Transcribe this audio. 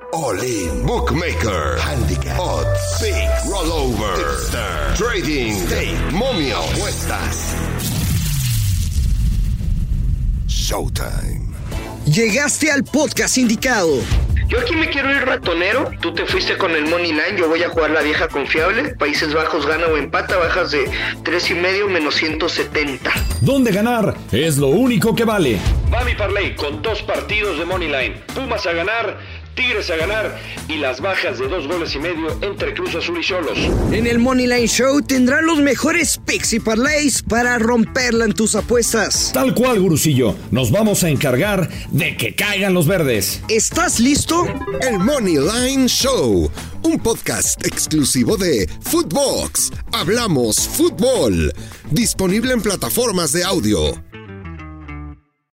All In, Bookmaker, Handicap, Odds, Picks, Rollover, Tipster, Trading, Stake, Momio, Apuestas. Showtime. Llegaste al podcast indicado. Yo aquí me quiero ir ratonero. Tú te fuiste con el Money Line. Yo voy a jugar la vieja confiable. Países Bajos gana o empata. Bajas de 3.5 menos 170. Donde ganar es lo único que vale. Va mi parlay con 2 partidos de Money Line. Pumas a ganar, Tigres a ganar y las bajas de 2 goles y medio entre Cruz Azul y Xolos. En el Money Line Show tendrán los mejores picks y parlays para romperla en tus apuestas. Tal cual, gurusillo. Nos vamos a encargar de que caigan los verdes. ¿Estás listo? El Money Line Show, un podcast exclusivo de Footbox. Hablamos fútbol. Disponible en plataformas de audio.